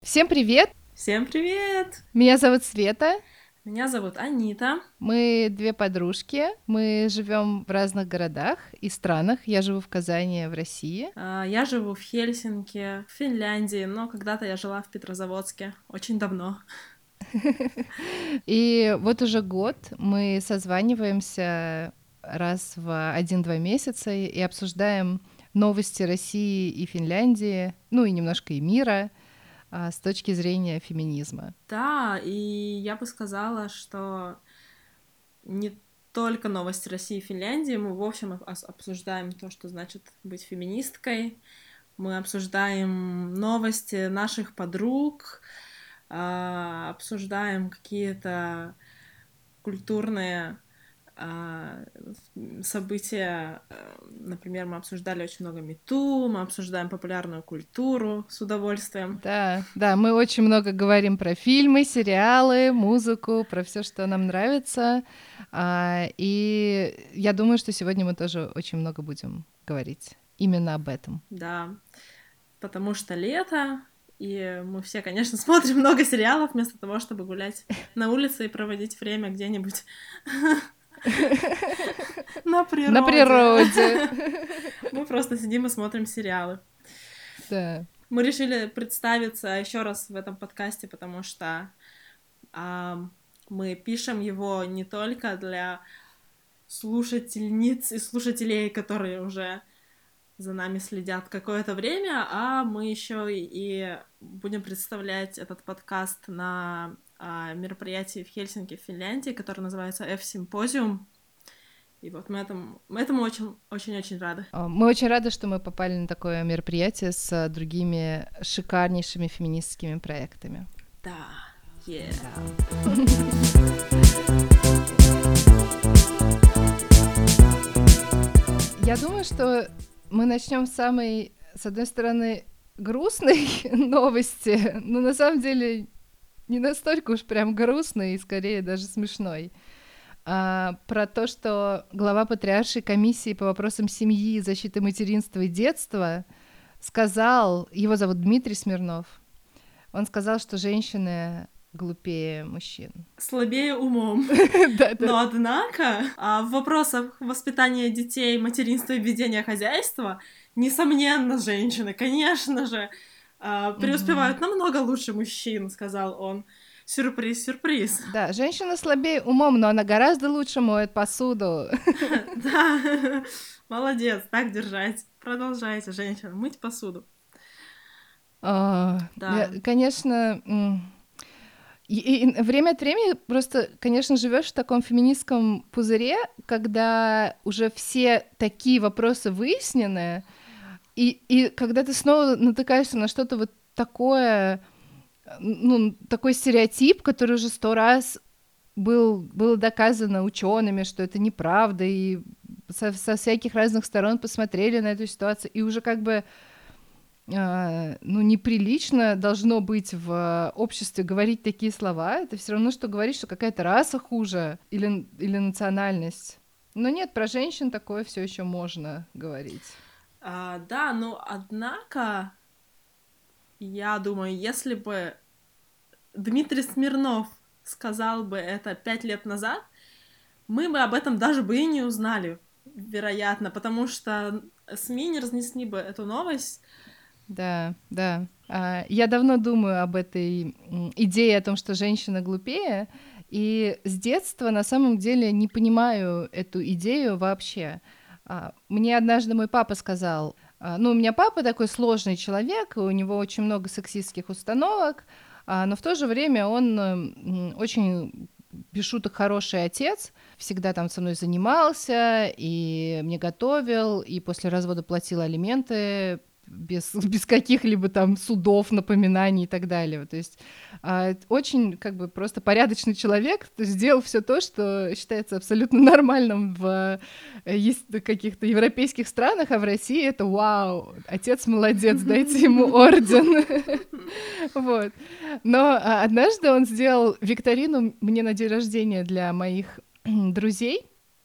Всем привет! Всем привет! Меня зовут Света. Меня зовут Анита. Мы две подружки. Мы живем в разных городах и странах. Я живу в Казани, в России. Я живу в Хельсинки, в Финляндии, но когда-то я жила в Петрозаводске, очень давно. И вот уже год мы созваниваемся раз в 1-2 месяца и обсуждаем новости России и Финляндии, ну и немножко и мира, с точки зрения феминизма. Да, и я бы сказала, что не только новости России и Финляндии, мы в общем обсуждаем то, что значит быть феминисткой, мы обсуждаем новости наших подруг, обсуждаем какие-то культурные а, события. Например, мы обсуждали очень много МeToo, мы обсуждаем популярную культуру с удовольствием. Да, да, мы очень много говорим про фильмы, сериалы, музыку, про все, что нам нравится. И я думаю, что сегодня мы тоже очень много будем говорить именно об этом. Да, потому что лето, и мы все, конечно, смотрим много сериалов вместо того, чтобы гулять на улице и проводить время где-нибудь на На природе. природе. Мы просто сидим и смотрим сериалы. Да. Мы решили представиться еще раз в этом подкасте, потому что мы пишем его не только для слушательниц и слушателей, которые уже за нами следят какое-то время, а мы еще и будем представлять этот подкаст на мероприятии в Хельсинки, в Финляндии, которое называется F-симпозиум. И вот мы этому очень-очень рады. Мы очень рады, что мы попали на такое мероприятие с другими шикарнейшими феминистскими проектами. Да, yeah. Я думаю, что мы начнем с самой, с одной стороны, грустной новости, но на самом деле не настолько уж прям грустной и скорее даже смешной. Про то, что глава Патриаршей комиссии по вопросам семьи, защиты материнства и детства сказал, его зовут Дмитрий Смирнов, он сказал, что женщины глупее мужчин. Слабее умом. Но однако в вопросах воспитания детей, материнства и ведения хозяйства, несомненно, женщины, конечно же, преуспевают намного лучше мужчин, сказал он. Сюрприз, сюрприз. Да, женщина слабее умом, но она гораздо лучше моет посуду. Да, молодец, так держать. Продолжайте, женщина, мыть посуду. Да. Конечно, и время от времени просто, конечно, живешь в таком феминистском пузыре, когда уже все такие вопросы выяснены, и когда ты снова натыкаешься на что-то вот такое, ну, такой стереотип, который уже 100 раз было доказано учеными, что это неправда, и со всяких разных сторон посмотрели на эту ситуацию, и уже как бы ну, неприлично должно быть в обществе говорить такие слова. Это все равно, что говорить, что какая-то раса хуже или национальность. Но нет, про женщин такое все еще можно говорить. Да, но однако, я думаю, если бы Дмитрий Смирнов сказал бы это 5 лет назад, мы бы об этом даже бы и не узнали, вероятно, потому что СМИ не разнесли бы эту новость. Да, да. Я давно думаю об этой идее о том, что женщина глупее, и с детства на самом деле не понимаю эту идею вообще. Мне однажды мой папа сказал, ну, у меня папа такой сложный человек, у него очень много сексистских установок, но в то же время он очень без шуток хороший отец, всегда там со мной занимался, и мне готовил, и после развода платил алименты, без каких-либо там судов, напоминаний и так далее. То есть очень как бы просто порядочный человек, сделал все то, что считается абсолютно нормальным в каких-то европейских странах, а в России это вау, отец молодец, дайте ему орден. Вот. Но однажды он сделал викторину мне на день рождения для моих друзей,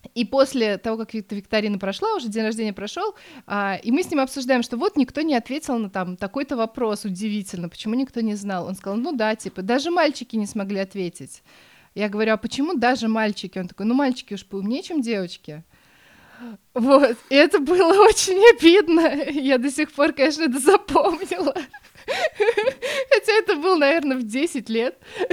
И после того, как эта викторина прошла, уже день рождения прошел, и мы с ним обсуждаем, что вот никто не ответил на там такой-то вопрос, удивительно, почему никто не знал. Он сказал, ну да, типа, даже мальчики не смогли ответить. Я говорю, а почему даже мальчики? Он такой, ну мальчики уж поумнее, чем девочки. Вот, и это было очень обидно. Я до сих пор, конечно, это запомнила. Хотя это было, наверное, в 10 лет.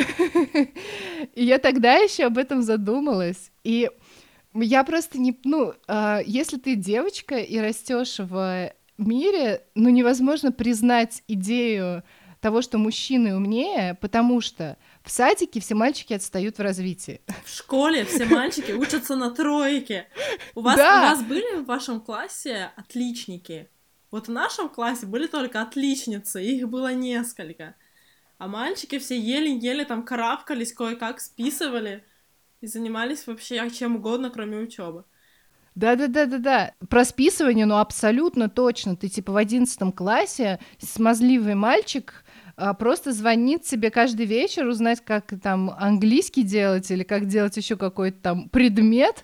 И я тогда еще об этом задумалась. И я просто не... Ну, если ты девочка и растешь в мире, ну, невозможно признать идею того, что мужчины умнее, потому что в садике все мальчики отстают в развитии. В школе все мальчики учатся на тройке. У вас были в вашем классе отличники? Вот в нашем классе были только отличницы, их было несколько. А мальчики все еле-еле там карабкались, кое-как списывали и занимались вообще чем угодно, кроме учебы. Да. Про списывание, ну, абсолютно точно. Ты, типа, в 11 классе смазливый мальчик просто звонит тебе каждый вечер узнать, как там английский делать или как делать еще какой-то там предмет.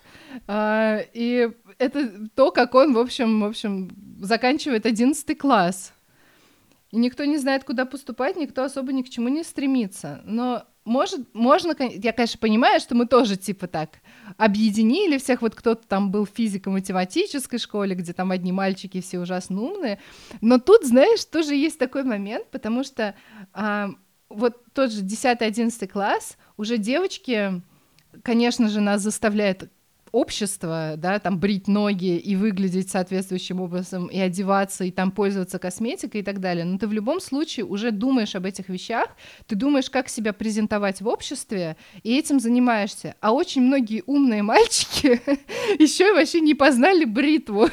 И это то, как он, в общем, заканчивает 11 класс. И никто не знает, куда поступать, никто особо ни к чему не стремится. Но можно, я, конечно, понимаю, что мы тоже, типа, так объединили всех, вот кто-то там был в физико-математической школе, где там одни мальчики все ужасно умные, но тут, знаешь, тоже есть такой момент, потому что вот тот же 10-11 класс, уже девочки, конечно же, нас заставляет общество, да, там брить ноги и выглядеть соответствующим образом, и одеваться, и там пользоваться косметикой и так далее. Но ты в любом случае уже думаешь об этих вещах, ты думаешь, как себя презентовать в обществе, и этим занимаешься. А очень многие умные мальчики еще и вообще не познали бритву.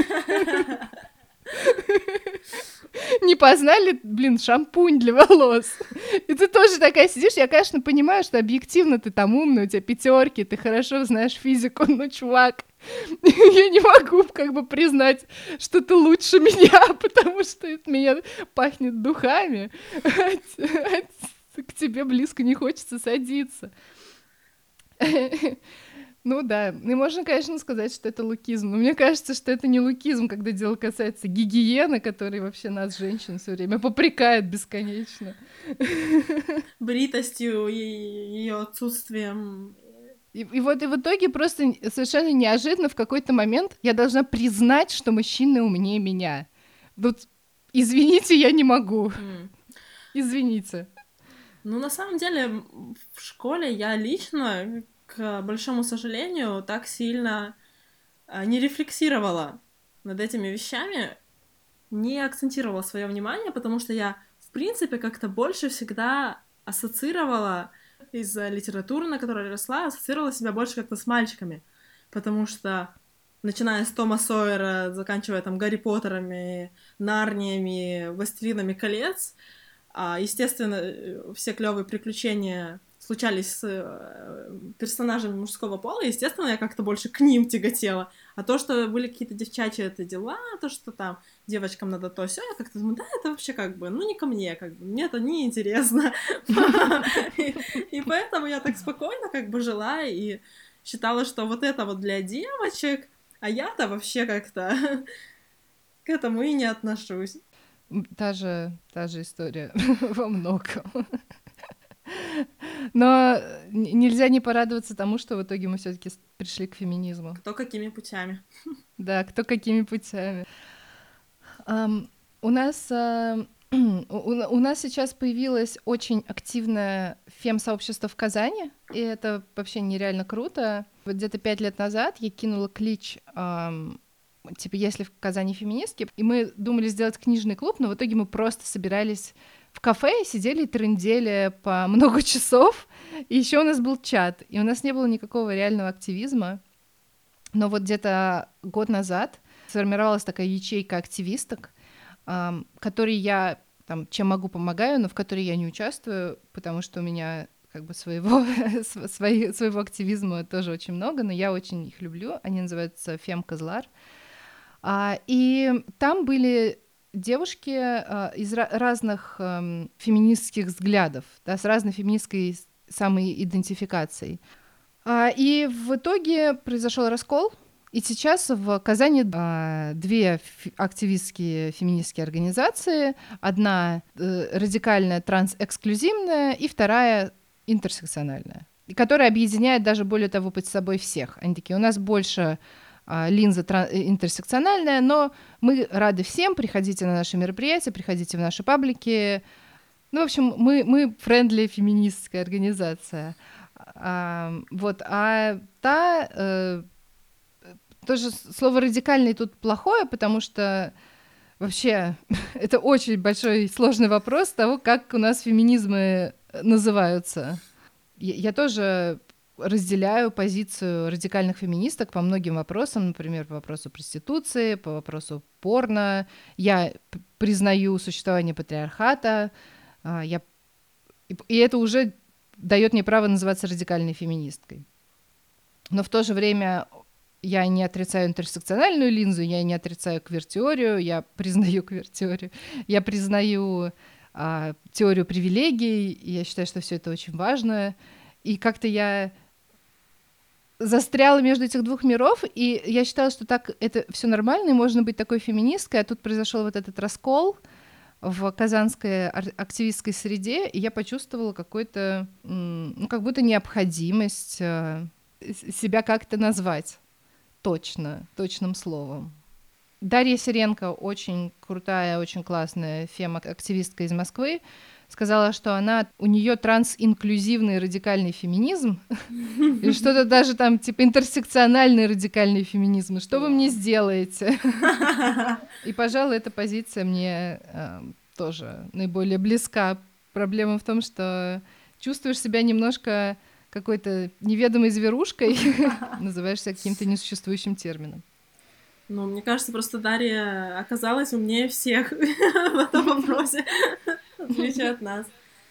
Не познали, шампунь для волос. И ты тоже такая сидишь. Я, конечно, понимаю, что объективно ты там умный, у тебя 5, ты хорошо знаешь физику, но, чувак, я не могу как бы признать, что ты лучше меня, потому что от меня пахнет духами, к тебе близко не хочется садиться. Ну да, и можно, конечно, сказать, что это лукизм, но мне кажется, что это не лукизм, когда дело касается гигиены, который вообще нас, женщин, все время попрекает бесконечно. Бритостью и ее отсутствием. И вот и в итоге просто совершенно неожиданно в какой-то момент я должна признать, что мужчины умнее меня. Вот, извините, я не могу. Извините. Ну, на самом деле, в школе я лично, к большому сожалению, так сильно не рефлексировала над этими вещами, не акцентировала свое внимание, потому что я, в принципе, как-то больше всегда ассоциировала из-за литературы, на которой я росла, ассоциировала себя больше как-то с мальчиками, потому что начиная с Тома Сойера, заканчивая там Гарри Поттерами, Нарниями, Властелинами колец, естественно, все клевые приключения случались с персонажами мужского пола, естественно, я как-то больше к ним тяготела. А то, что были какие-то девчачьи это дела, то, что там девочкам надо то все, я как-то думаю, да, это вообще как бы, ну, не ко мне, как бы, мне это не интересно. И поэтому я так спокойно как бы жила и считала, что вот это вот для девочек, а я-то вообще как-то к этому и не отношусь. Та же история во многом. Но нельзя не порадоваться тому, что в итоге мы все-таки пришли к феминизму. Кто какими путями. Да, кто какими путями. У нас сейчас появилось очень активное фем-сообщество в Казани, и это вообще нереально круто. Вот где-то 5 лет назад я кинула клич, типа, если в Казани феминистки, и мы думали сделать книжный клуб, но в итоге мы просто собирались в кафе, сидели и трындели по много часов, и еще у нас был чат, и у нас не было никакого реального активизма. Но вот где-то год назад сформировалась такая ячейка активисток, которой я там, чем могу, помогаю, но в которой я не участвую, потому что у меня как бы своего активизма тоже очень много, но я очень их люблю. Они называются Фем-Козлар. И там были девушки из разных феминистских взглядов, да, с разной феминистской самоидентификацией. И в итоге произошел раскол, и сейчас в Казани две активистские феминистские организации. Одна радикальная транс-эксклюзивная, и вторая интерсекциональная, которая объединяет даже, более того, под собой всех. Они такие: у нас больше линза интерсекциональная, но мы рады всем, приходите на наши мероприятия, приходите в наши паблики. Ну, в общем, мы френдли феминистская организация. Вот, тоже слово «радикальный» тут плохое, потому что вообще это очень большой и сложный вопрос того, как у нас феминизмы называются. Я тоже разделяю позицию радикальных феминисток по многим вопросам, например, по вопросу проституции, по вопросу порно. Я признаю существование патриархата, и это уже дает мне право называться радикальной феминисткой. Но в то же время я не отрицаю интерсекциональную линзу, я не отрицаю квир-теорию, я признаю квир-теорию, я признаю теорию привилегий, и я считаю, что все это очень важно. И как-то я застряла между этих двух миров, и я считала, что так это все нормально, и можно быть такой феминисткой, а тут произошел вот этот раскол в казанской активистской среде, и я почувствовала какой-то, как будто необходимость себя как-то назвать точным словом. Дарья Сиренко, очень крутая, очень классная фем-активистка из Москвы, сказала, что у нее транс-инклюзивный радикальный феминизм, или что-то даже там типа интерсекциональный радикальный феминизм. Что вы мне сделаете? И, пожалуй, эта позиция мне тоже наиболее близка. Проблема в том, что чувствуешь себя немножко какой-то неведомой зверушкой, называешься каким-то несуществующим термином. Ну, мне кажется, просто Дарья оказалась умнее всех в этом вопросе, в отличие от нас.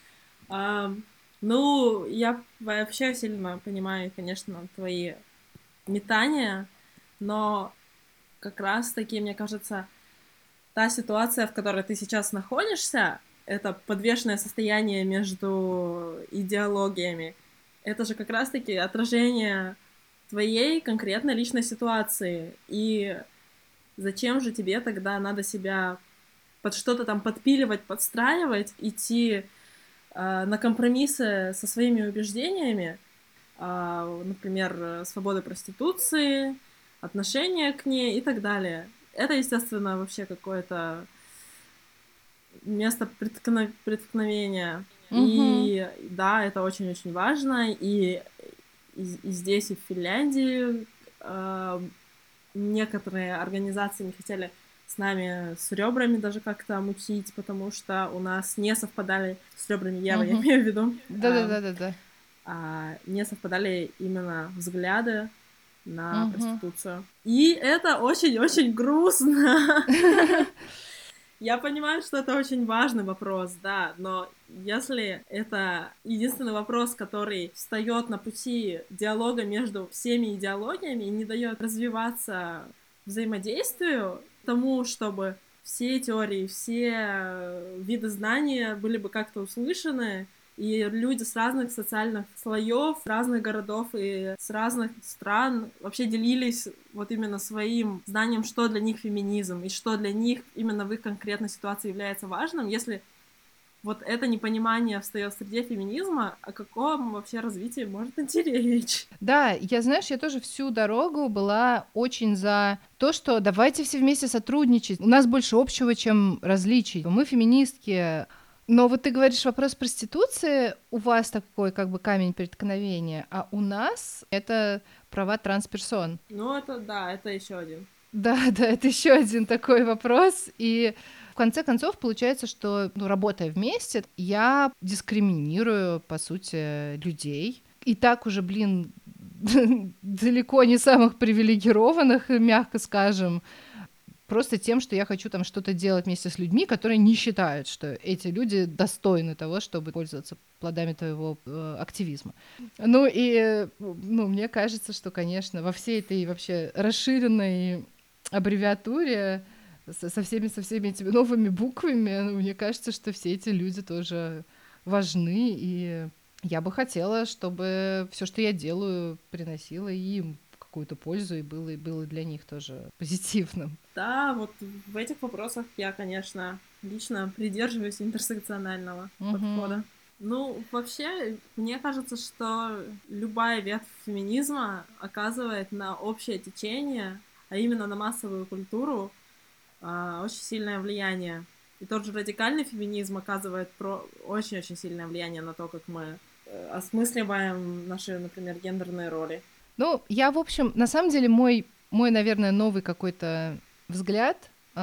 Ну, я вообще сильно понимаю, конечно, твои метания, но как раз-таки, мне кажется, та ситуация, в которой ты сейчас находишься, это подвешенное состояние между идеологиями, это же как раз-таки отражение твоей конкретной личной ситуации. И зачем же тебе тогда надо себя под что-то там подпиливать, подстраивать, идти на компромиссы со своими убеждениями, например, свобода проституции, отношение к ней и так далее. Это, естественно, вообще какое-то место преткновения. И да, это очень-очень важно. И здесь, и в Финляндии некоторые организации не хотели с нами с ребрами даже как-то мутить, потому что у нас не совпадали с ребрами Ева, я имею в виду. Да. Не совпадали именно взгляды на проституцию. И это очень-очень грустно. Я понимаю, что это очень важный вопрос, да, но если это единственный вопрос, который встает на пути диалога между всеми идеологиями и не дает развиваться взаимодействию, тому, чтобы все теории, все виды знания были бы как-то услышаны, и люди с разных социальных слоев, с разных городов и с разных стран вообще делились вот именно своим знанием, что для них феминизм, и что для них именно в их конкретной ситуации является важным. Если вот это непонимание встает в среде феминизма, о каком вообще развитии может идти речь? Да, я тоже всю дорогу была очень за то, что давайте все вместе сотрудничать. У нас больше общего, чем различий. Мы феминистки. Но вот ты говоришь вопрос проституции, у вас такой как бы камень преткновения, а у нас это права трансперсон. Ну, это да, это еще один. Да, это еще один такой вопрос. И в конце концов получается, что, работая вместе, я дискриминирую, по сути, людей. И так уже, далеко не самых привилегированных, мягко скажем, просто тем, что я хочу там что-то делать вместе с людьми, которые не считают, что эти люди достойны того, чтобы пользоваться плодами твоего активизма. Мне кажется, что, конечно, во всей этой вообще расширенной аббревиатуре со всеми этими новыми буквами, мне кажется, что все эти люди тоже важны, и я бы хотела, чтобы все, что я делаю, приносило им какую-то пользу и было для них тоже позитивным. Да, вот в этих вопросах я, конечно, лично придерживаюсь интерсекционального подхода. Ну, вообще, мне кажется, что любая ветвь феминизма оказывает на общее течение, а именно на массовую культуру, очень сильное влияние. И тот же радикальный феминизм оказывает очень-очень сильное влияние на то, как мы осмысливаем наши, например, гендерные роли. Ну, я, в общем, на самом деле, мой наверное, новый какой-то взгляд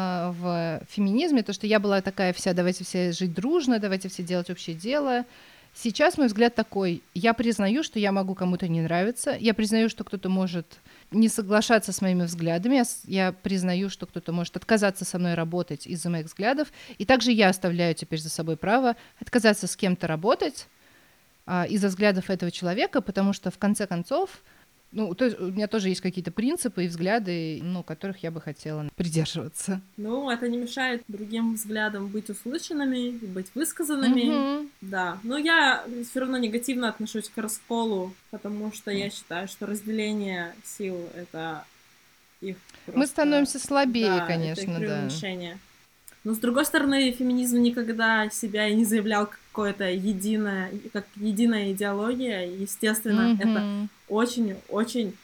в феминизме, то, что я была такая вся, давайте все жить дружно, давайте все делать общее дело. Сейчас мой взгляд такой: я признаю, что я могу кому-то не нравиться, я признаю, что кто-то может не соглашаться с моими взглядами, я признаю, что кто-то может отказаться со мной работать из-за моих взглядов, и также я оставляю теперь за собой право отказаться с кем-то работать из-за взглядов этого человека, потому что, в конце концов, ну, то есть у меня тоже есть какие-то принципы и взгляды, ну, которых я бы хотела придерживаться. Ну, это не мешает другим взглядам быть услышанными, быть высказанными. Да. Но я все равно негативно отношусь к расколу, потому что я считаю, что разделение сил — это их просто... Мы становимся слабее, да, конечно, это их да. преуменьшение. Но, с другой стороны, феминизм никогда себя и не заявлял как какое-то единая идеология. Естественно, это очень-очень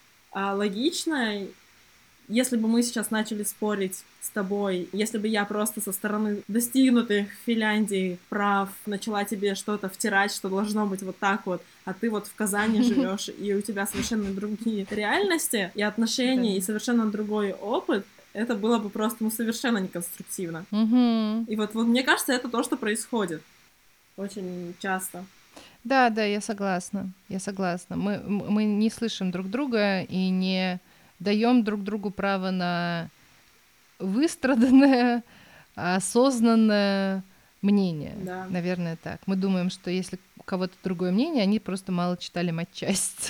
логично. Если бы мы сейчас начали спорить с тобой, если бы я просто со стороны достигнутых в Финляндии прав начала тебе что-то втирать, что должно быть вот так вот, а ты вот в Казани живешь, и у тебя совершенно другие реальности и отношения, и совершенно другой опыт, это было бы просто, совершенно неконструктивно. И вот мне кажется, это то, что происходит очень часто. Да, я согласна. Мы не слышим друг друга и не даем друг другу право на выстраданное, осознанное мнение. Да. Наверное, так. Мы думаем, что если у кого-то другое мнение, они просто мало читали матчасть.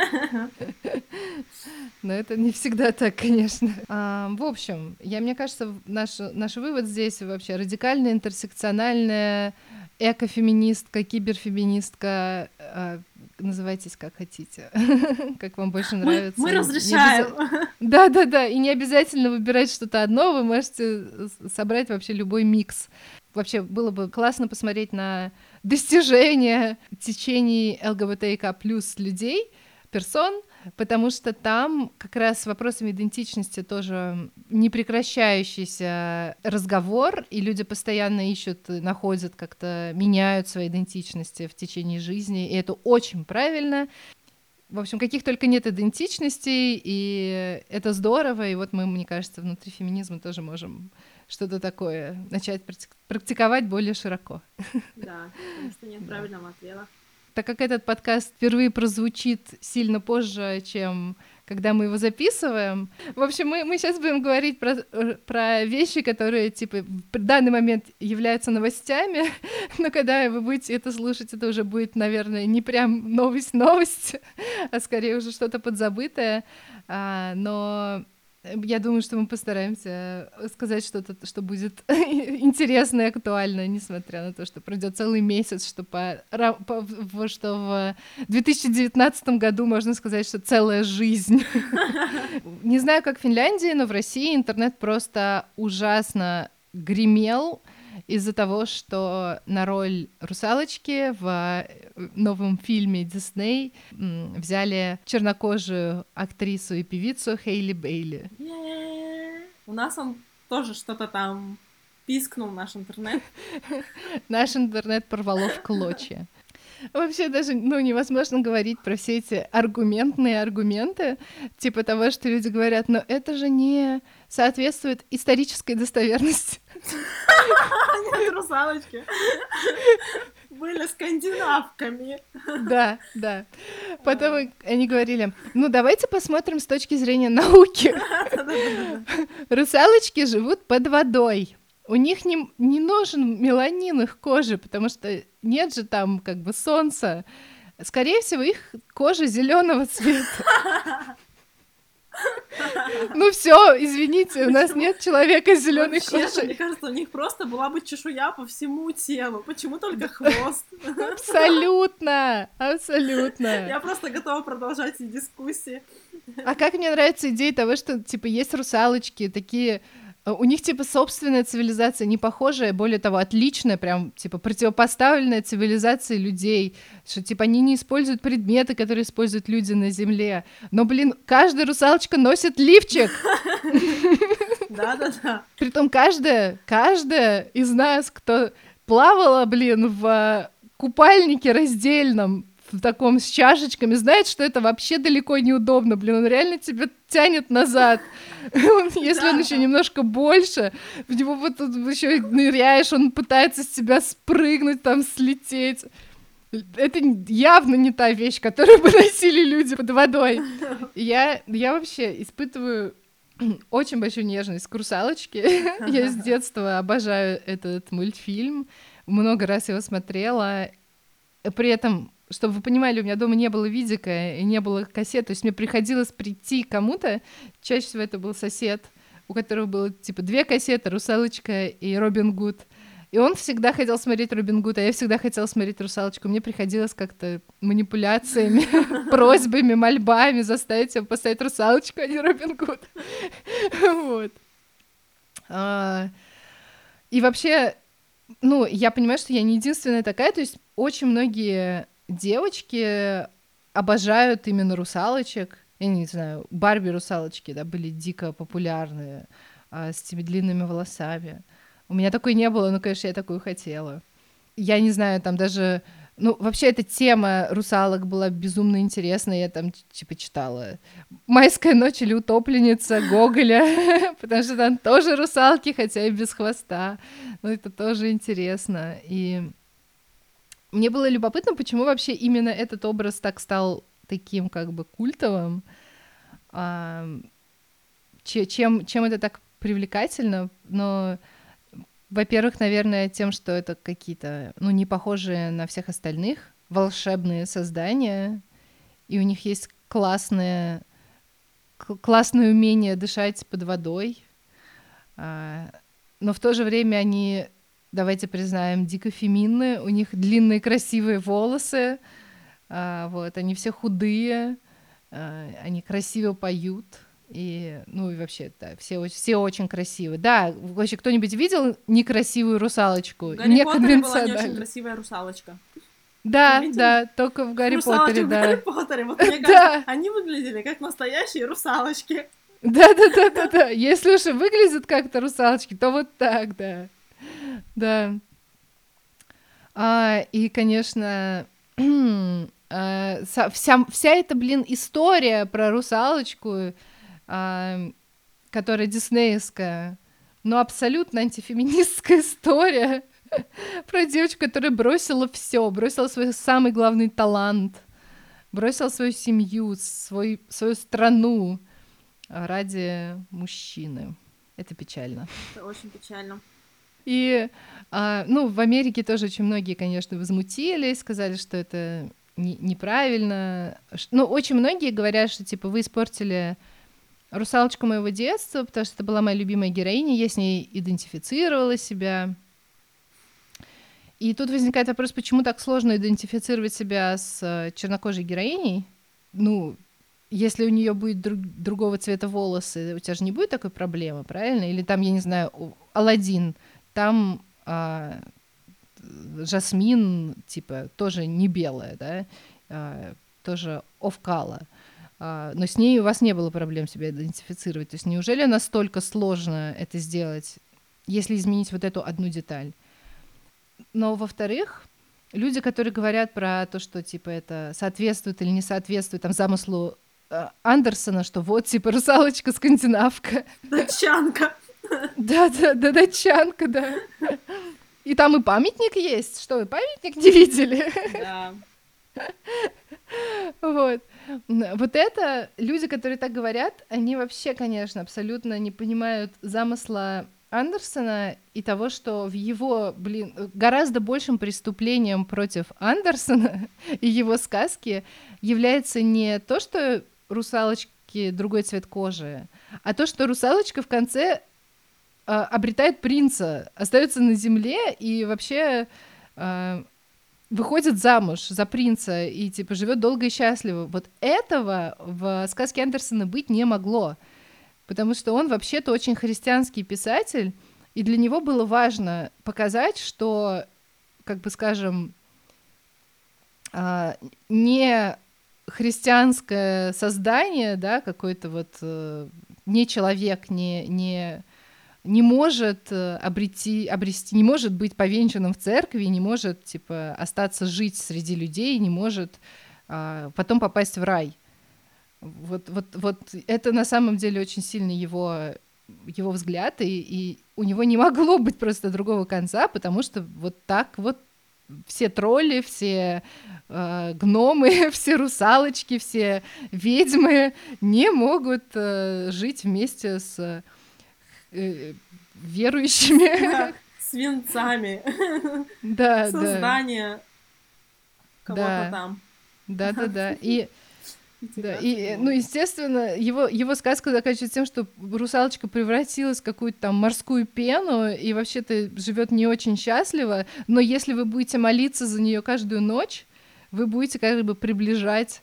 Но это не всегда так, конечно. В общем, мне кажется, наш вывод здесь вообще радикальная, интерсекциональная, экофеминистка, киберфеминистка, называйтесь как хотите, как вам больше нравится. Мы разрешаем. Да, и не обязательно выбирать что-то одно, вы можете собрать вообще любой микс. Вообще было бы классно посмотреть на достижения течений ЛГБТИК+ людей, персон, потому что там как раз с вопросами идентичности тоже непрекращающийся разговор, и люди постоянно ищут, находят, как-то меняют свои идентичности в течение жизни, и это очень правильно. В общем, каких только нет идентичностей, и это здорово, и вот мы, мне кажется, внутри феминизма тоже можем что-то такое начать практиковать более широко. Да, потому что нет правильного ответа. Так как этот подкаст впервые прозвучит сильно позже, чем когда мы его записываем. В общем, мы сейчас будем говорить про вещи, которые, типа, в данный момент являются новостями, но когда вы будете это слушать, это уже будет, наверное, не прям новость, а скорее уже что-то подзабытое. Но я думаю, что мы постараемся сказать что-то, что будет интересно и актуально, несмотря на то, что пройдет целый месяц, что в 2019 году можно сказать, что целая жизнь. Не знаю, как в Финляндии, но в России интернет просто ужасно гремел из-за того, что на роль русалочки в новом фильме Дисней взяли чернокожую актрису и певицу Хейли Бейли. У нас он тоже что-то там пискнул, наш интернет. Наш интернет порвало в клочья. Вообще даже, невозможно говорить про все эти аргументные аргументы, типа того, что люди говорят, но это же не соответствует исторической достоверности. Нет, русалочки были скандинавками. Да. Потом они говорили, давайте посмотрим с точки зрения науки. Русалочки живут под водой. У них не нужен меланин их кожи, потому что нет же там как бы солнца. Скорее всего, их кожа зеленого цвета. Ну все, извините, у нас нет человека с зеленой кожей. Мне кажется, у них просто была бы чешуя по всему телу. Почему только хвост? Абсолютно, абсолютно. Я просто готова продолжать эти дискуссии. А как мне нравится идея того, что, типа, есть русалочки такие... У них, типа, собственная цивилизация, не похожая, более того, отличная, прям, типа, противопоставленная цивилизации людей, что, типа, они не используют предметы, которые используют люди на Земле. Но, блин, каждая русалочка носит лифчик! Да-да-да. Притом каждая из нас, кто плавала, блин, в купальнике раздельном, в таком с чашечками, знает, что это вообще далеко неудобно, блин, он реально тебя тянет назад. Если он еще немножко больше, в него вот тут еще ныряешь, он пытается с тебя спрыгнуть, там, слететь. Это явно не та вещь, которую бы носили люди под водой. Я вообще испытываю очень большую нежность к русалочке. Я с детства обожаю этот мультфильм. Много раз его смотрела. При этом, чтобы вы понимали, у меня дома не было видика и не было кассет. То есть мне приходилось прийти к кому-то. Чаще всего это был сосед, у которого было типа 2 кассеты, «Русалочка» и «Робин Гуд». И он всегда хотел смотреть «Робин Гуд», а я всегда хотела смотреть «Русалочку». Мне приходилось как-то манипуляциями, просьбами, мольбами заставить его поставить «Русалочку», а не «Робин Гуд». Вот. И вообще, ну, я понимаю, что я не единственная такая, то есть очень многие девочки обожают именно русалочек. Я не знаю, Барби-русалочки, да, были дико популярны, с этими длинными волосами. У меня такой не было, но, конечно, я такую хотела. Я не знаю, там даже... Ну, вообще, эта тема русалок была безумно интересная. Я там, типа, читала «Майская ночь» или «Утопленница» Гоголя, потому что там тоже русалки, хотя и без хвоста. Но это тоже интересно. И мне было любопытно, почему вообще именно этот образ так стал таким, как бы, культовым. Чем это так привлекательно? Но... Во-первых, наверное, тем, что это какие-то, ну, не похожие на всех остальных волшебные создания, и у них есть классное умение дышать под водой, но в то же время они, давайте признаем, дико феминные, у них длинные красивые волосы, вот, они все худые, они красиво поют. И, ну, и вообще, да, все очень красивые. Да, вообще, кто-нибудь видел некрасивую русалочку? В Гарри Поттере была не очень красивая русалочка. Да, только в Гарри Поттере, да. В Гарри Поттере, вот мне кажется, они выглядели как настоящие русалочки. Да. Если уж и выглядят как-то русалочки, то вот так, да. Да. И, конечно, вся эта, блин, история про русалочку, которая диснеевская, но абсолютно антифеминистская история про девочку, которая бросила все, бросила свой самый главный талант, бросила свою семью, свою страну ради мужчины. Это печально. Это очень печально. И, ну, в Америке тоже очень многие, конечно, возмутились, сказали, что это неправильно. Ну, очень многие говорят, что, типа, вы испортили русалочку моего детства, потому что это была моя любимая героиня, я с ней идентифицировала себя. И тут возникает вопрос, почему так сложно идентифицировать себя с чернокожей героиней? Ну, если у нее будет другого цвета волосы, у тебя же не будет такой проблемы, правильно? Или там, я не знаю, Аладдин, там Жасмин, типа, тоже не белая, да, тоже оф-кала. Но с ней у вас не было проблем себя идентифицировать. То есть неужели настолько сложно это сделать, если изменить вот эту одну деталь? Но, во-вторых, люди, которые говорят про то, что, типа, это соответствует или не соответствует там замыслу Андерсона, что вот, типа, русалочка скандинавка. Датчанка. Да, датчанка, да. И там и памятник есть. Что, вы памятник не видели? Да. Вот. Вот это люди, которые так говорят, они вообще, конечно, абсолютно не понимают замысла Андерсона и того, что в его, гораздо большим преступлением против Андерсона и его сказки является не то, что русалочки русалочки другой цвет кожи, а то, что русалочка в конце обретает принца, остается на земле и вообще выходит замуж за принца и типа живет долго и счастливо. Вот этого в сказке Андерсона быть не могло, потому что он вообще-то очень христианский писатель, и для него было важно показать, что, как бы скажем, не христианское создание, да, какой-то вот не человек, не может обрести, не может быть повенчанным в церкви, не может, типа, остаться жить среди людей, не может потом попасть в рай. Вот это на самом деле очень сильно его взгляд, и у него не могло быть просто другого конца, потому что вот так вот все тролли, все гномы, все русалочки, все ведьмы не могут жить вместе с верующими. С венцами. Да, создание кого-то там. Да. И ну, естественно, его сказка заканчивается тем, что русалочка превратилась в какую-то там морскую пену и вообще-то живет не очень счастливо, но если вы будете молиться за нее каждую ночь, вы будете как бы приближать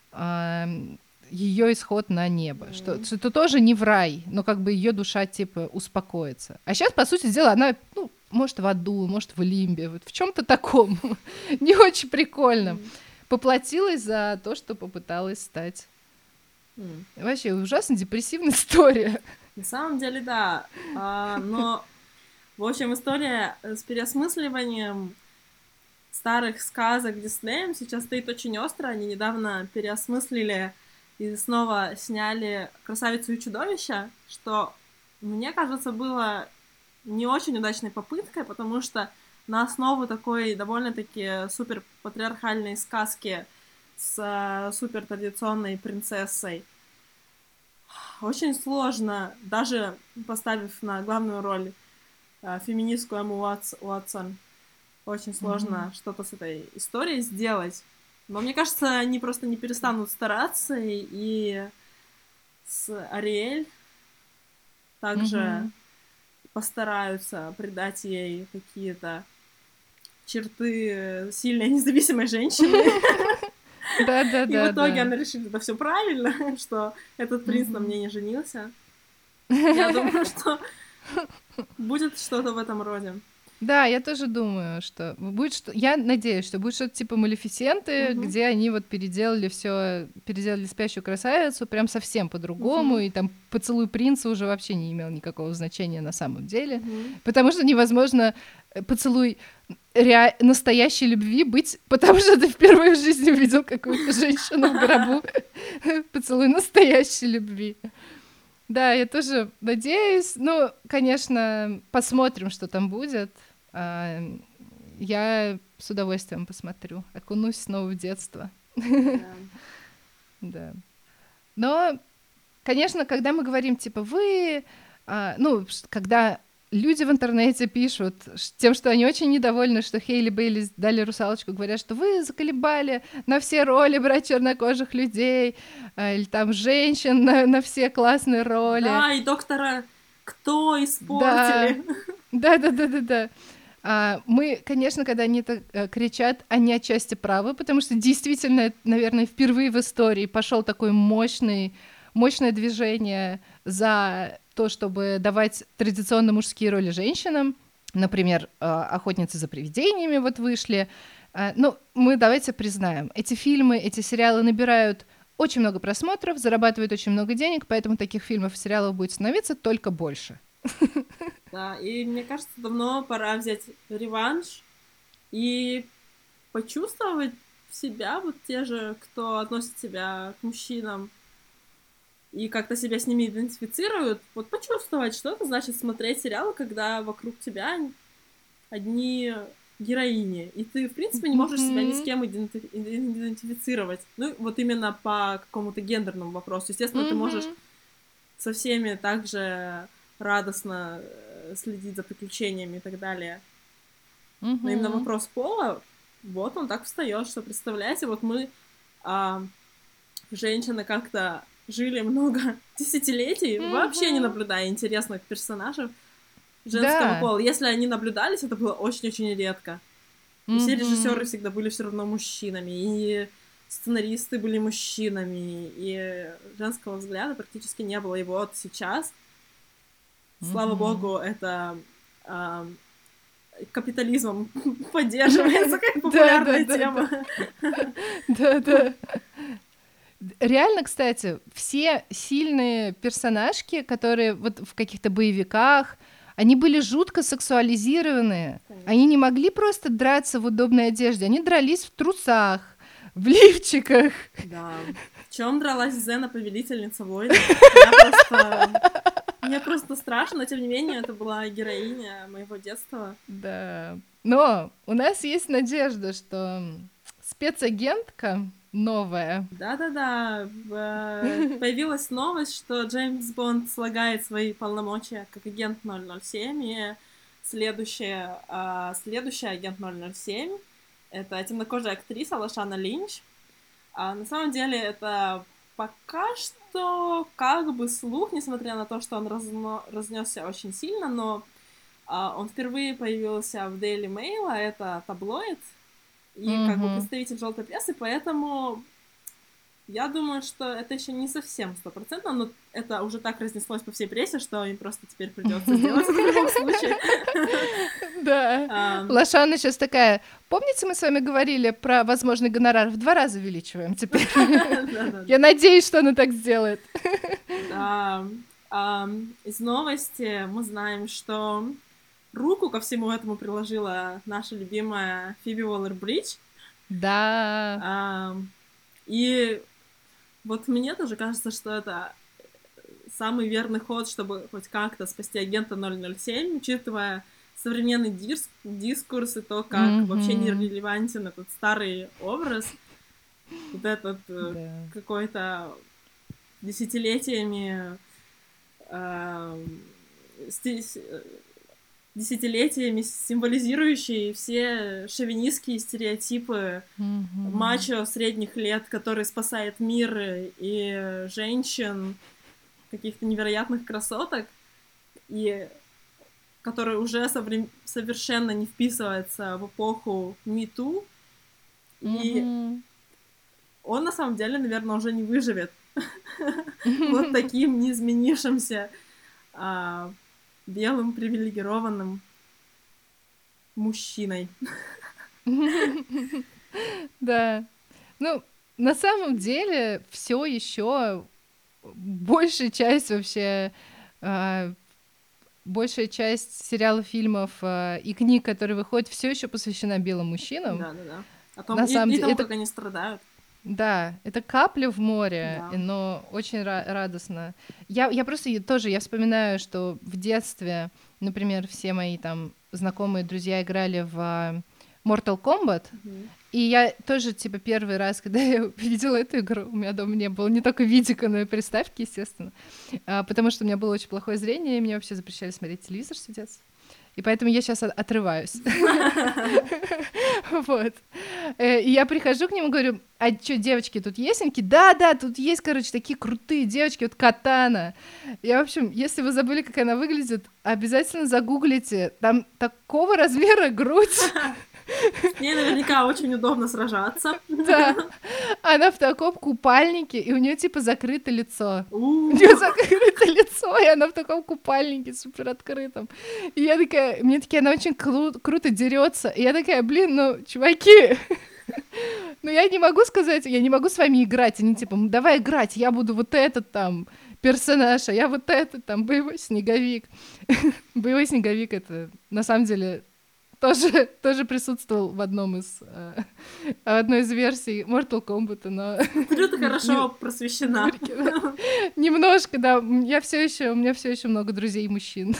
ее исход на небо, что это тоже не в рай, но как бы ее душа типа успокоится. А сейчас, по сути дела, она, ну, может, в аду, может, в лимбе, вот в чем-то таком, не очень прикольном. Поплатилась за то, что попыталась стать. Вообще ужасно депрессивная история. На самом деле, да. Но, в общем, история с переосмысливанием старых сказок Диснеем сейчас стоит очень остро. Они недавно переосмыслили и снова сняли «Красавицу и чудовище», что, мне кажется, было не очень удачной попыткой, потому что на основу такой довольно-таки супер патриархальной сказки с супер традиционной принцессой очень сложно, даже поставив на главную роль феминистку Эмму Уотсон, очень сложно что-то с этой историей сделать. Но мне кажется, они просто не перестанут стараться, и с Ариэль также постараются придать ей какие-то черты сильной независимой женщины. Да. И в итоге она решила, что все правильно, что этот принц на мне не женился. Я думаю, что будет что-то в этом роде. Да, я тоже думаю, что будет что. Я надеюсь, что будет что-то типа Малефисенты, где они вот переделали спящую красавицу прям совсем по-другому, и там поцелуй принца уже вообще не имел никакого значения на самом деле, потому что невозможно поцелуй настоящей любви быть, потому что ты впервые в жизни увидел какую-то женщину в гробу. Поцелуй настоящей любви. Да, я тоже надеюсь. Ну, конечно, посмотрим, что там будет. Я с удовольствием посмотрю. Окунусь снова в детство. Да. Но, конечно, когда мы говорим, типа, когда люди в интернете пишут тем, что они очень недовольны, что Хейли Бейли дали русалочку, говорят, что вы заколебали на все роли брать чернокожих людей, или там женщин на все классные роли. Да, и доктора кто испортили. Да. Мы, конечно, когда они это кричат, они отчасти правы, потому что действительно, наверное, впервые в истории пошел такое мощное движение за то, чтобы давать традиционно мужские роли женщинам. Например, «Охотницы за привидениями» вот вышли. Ну, мы давайте признаем, эти фильмы, эти сериалы набирают очень много просмотров, зарабатывают очень много денег, поэтому таких фильмов и сериалов будет становиться только больше. Да, и мне кажется, давно пора взять реванш и почувствовать себя, вот те же, кто относит себя к мужчинам, и как-то себя с ними идентифицируют, вот почувствовать, что это значит смотреть сериалы, когда вокруг тебя одни героини, и ты, в принципе, не можешь себя ни с кем идентифицировать. Ну, вот именно по какому-то гендерному вопросу. Естественно, ты можешь со всеми также радостно следить за приключениями и так далее. Но именно вопрос пола, вот он так встает, что, представляете, вот мы, женщины, как-то жили много десятилетий, вообще не наблюдая интересных персонажей женского пола. Если они наблюдались, это было очень-очень редко. И все режиссеры всегда были все равно мужчинами, и сценаристы были мужчинами, и женского взгляда практически не было. И вот сейчас, слава богу, это капитализмом поддерживается как популярная тема. Да. Реально, кстати, все сильные персонажки, которые вот в каких-то боевиках, они были жутко сексуализированные. Конечно. Они не могли просто драться в удобной одежде, они дрались в трусах, в лифчиках. Да. В чем дралась Зена, повелительница войн? Мне просто страшно, но тем не менее это была героиня моего детства. Да. Но у нас есть надежда, что спецагентка новая. Да-да-да. Появилась новость, что Джеймс Бонд слагает свои полномочия как агент 007, и следующий агент 007 — это темнокожая актриса Лашана Линч. На самом деле это пока что как бы слух, несмотря на то, что он разнесся очень сильно, но он впервые появился в Daily Mail, а это таблоид, и как бы представитель желтой прессы, поэтому я думаю, что это еще не совсем 100%, но это уже так разнеслось по всей прессе, что им просто теперь придется сделать это в любом случае. Да. Лашана сейчас такая: помните, мы с вами говорили про возможный гонорар? В 2 раза увеличиваем теперь. Я надеюсь, что она так сделает. Да. Из новости мы знаем, что руку ко всему этому приложила наша любимая Фиби Уоллер-Бридж. Да. И вот мне тоже кажется, что это самый верный ход, чтобы хоть как-то спасти агента 007, учитывая современный дискурс и то, как вообще нерелевантен этот старый образ. Вот этот какой-то десятилетиями символизирующий все шовинистские стереотипы мачо средних лет, который спасает мир и женщин, каких-то невероятных красоток, и который уже совершенно не вписывается в эпоху Me Too, и он на самом деле, наверное, уже не выживет вот таким неизменившимся белым привилегированным мужчиной. Да. Ну, на самом деле, все еще большая часть вообще, большая часть сериалов, фильмов и книг, которые выходят, все еще посвящена белым мужчинам. Да. О том, и тому, как они страдают. Да, это капля в море, но очень радостно. Я просто тоже, я вспоминаю, что в детстве, например, все мои там знакомые друзья играли в Mortal Kombat, и я тоже, типа, первый раз, когда я увидела эту игру, у меня дома не было не только видика, но и приставки, естественно, потому что у меня было очень плохое зрение, и мне вообще запрещали смотреть телевизор с детства. И поэтому я сейчас отрываюсь. Вот. И я прихожу к нему и говорю: а что, девочки, тут есть? Они такие: да, тут есть, короче, такие крутые девочки, вот Катана. Я, в общем, если вы забыли, как она выглядит, обязательно загуглите. Там такого размера грудь. С ней наверняка очень удобно сражаться. Да. Она в таком купальнике, и у нее типа закрыто лицо. У нее закрыто лицо, и она в таком купальнике супер открытом. И я такая, мне такие, она очень круто дерется. И я такая: блин, ну, чуваки, ну я не могу сказать, я не могу с вами играть. Они типа: давай играть, я буду вот этот там персонаж, а я вот этот там боевой снеговик. Боевой снеговик — это на самом деле тоже присутствовал в одной из версий Mortal Kombat, но... Ты хорошо просвещена. Немножко, да. У меня все еще много друзей мужчин.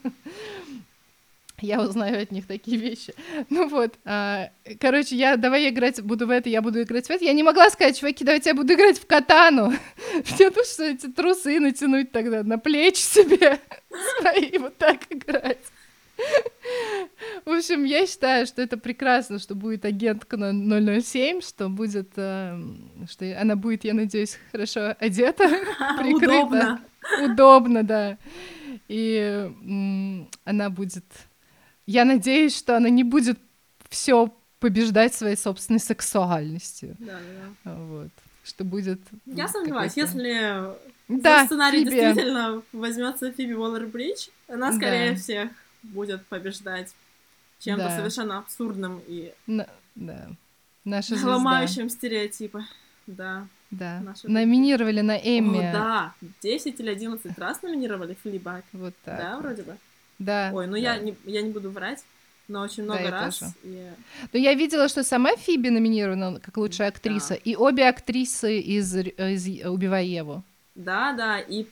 Я узнаю от них такие вещи. Ну вот, короче, давай я играть буду в это, я буду играть в это. Я не могла сказать: чуваки, давайте я буду играть в катану. Мне нужно эти трусы натянуть тогда на плечи себе свои, вот так играть. В общем, я считаю, что это прекрасно, что будет агентка 007, что будет, что она будет, я надеюсь, хорошо одета, прикрыта, Удобно. удобно, да. И она будет... Я надеюсь, что она не будет все побеждать своей собственной сексуальностью. Да. Вот. Что будет... Я сомневаюсь, какой-то- если Да, за сценарий Фиби. действительно возьмется Фиби Уоллер-Бридж, она, скорее Да. всех, будет побеждать чем-то Да. совершенно абсурдным и Да. Наша звезда. ломающим стереотипы. Да. Да. Наша Номинировали на О, Эмми. да, 10 или 11 раз номинировали Флибаг. Вот так. Да, вот. вроде бы. Да. Ой, ну да. я не буду врать, но очень много я раз. тоже. И... Но я видела, что сама Фиби номинирована как лучшая актриса, Да. и обе актрисы из «Убивай Еву». Да, и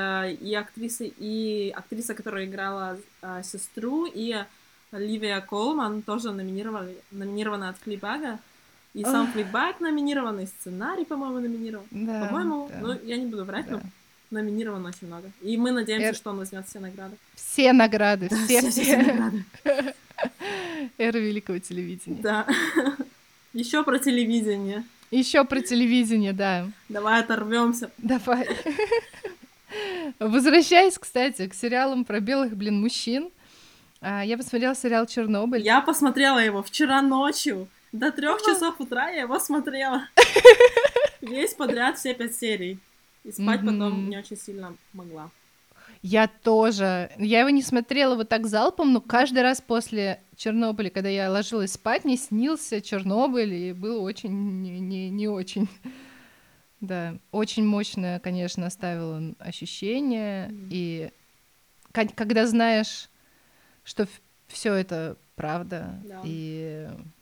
актриса, которая играла сестру, и Оливия Колман тоже номинирована от Флибага. И сам Флибаг номинирован, и сценарий, по-моему, номинирован. Да, По-моему, да. ну, я не буду врать, Да. но номинирован очень много. И мы надеемся, что он возьмет все награды. Все награды, Да, все все награды. Эра великого телевидения. Да. Еще про телевидение. Еще про телевидение, да. Давай оторвемся. Давай. Возвращаясь, кстати, к сериалам про белых, мужчин, я посмотрела сериал «Чернобыль». Я посмотрела его вчера ночью. До 3 часов утра я его смотрела. Весь подряд, все 5 серий. И спать потом не очень сильно могла. Я тоже. Я его не смотрела вот так залпом, но каждый раз после Чернобыля, когда я ложилась спать, мне снился Чернобыль, и было очень не очень. Да, очень мощное, конечно, оставило ощущение. И когда знаешь, что все это правда, Да. и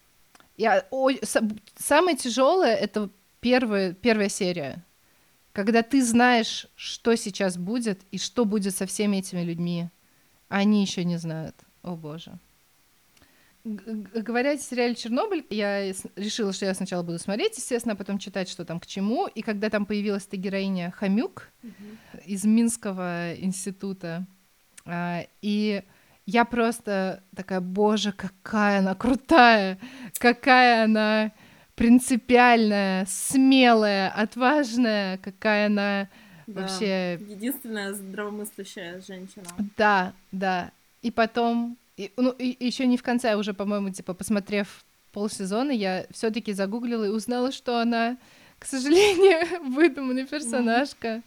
самое тяжелое это первая серия. Когда ты знаешь, что сейчас будет и что будет со всеми этими людьми, а они еще не знают. О боже. Говоря о сериале «Чернобыль», я решила, что я сначала буду смотреть, естественно, а потом читать, что там к чему. И когда там появилась эта героиня Хомюк из Минского института, и я просто такая, боже, какая она крутая, какая она принципиальная, смелая, отважная, какая она вообще... Единственная здравомыслящая женщина. Да. И потом... И еще не в конце, а уже, по-моему, типа, посмотрев полсезона, я все-таки загуглила и узнала, что она, к сожалению, выдуманная персонажка.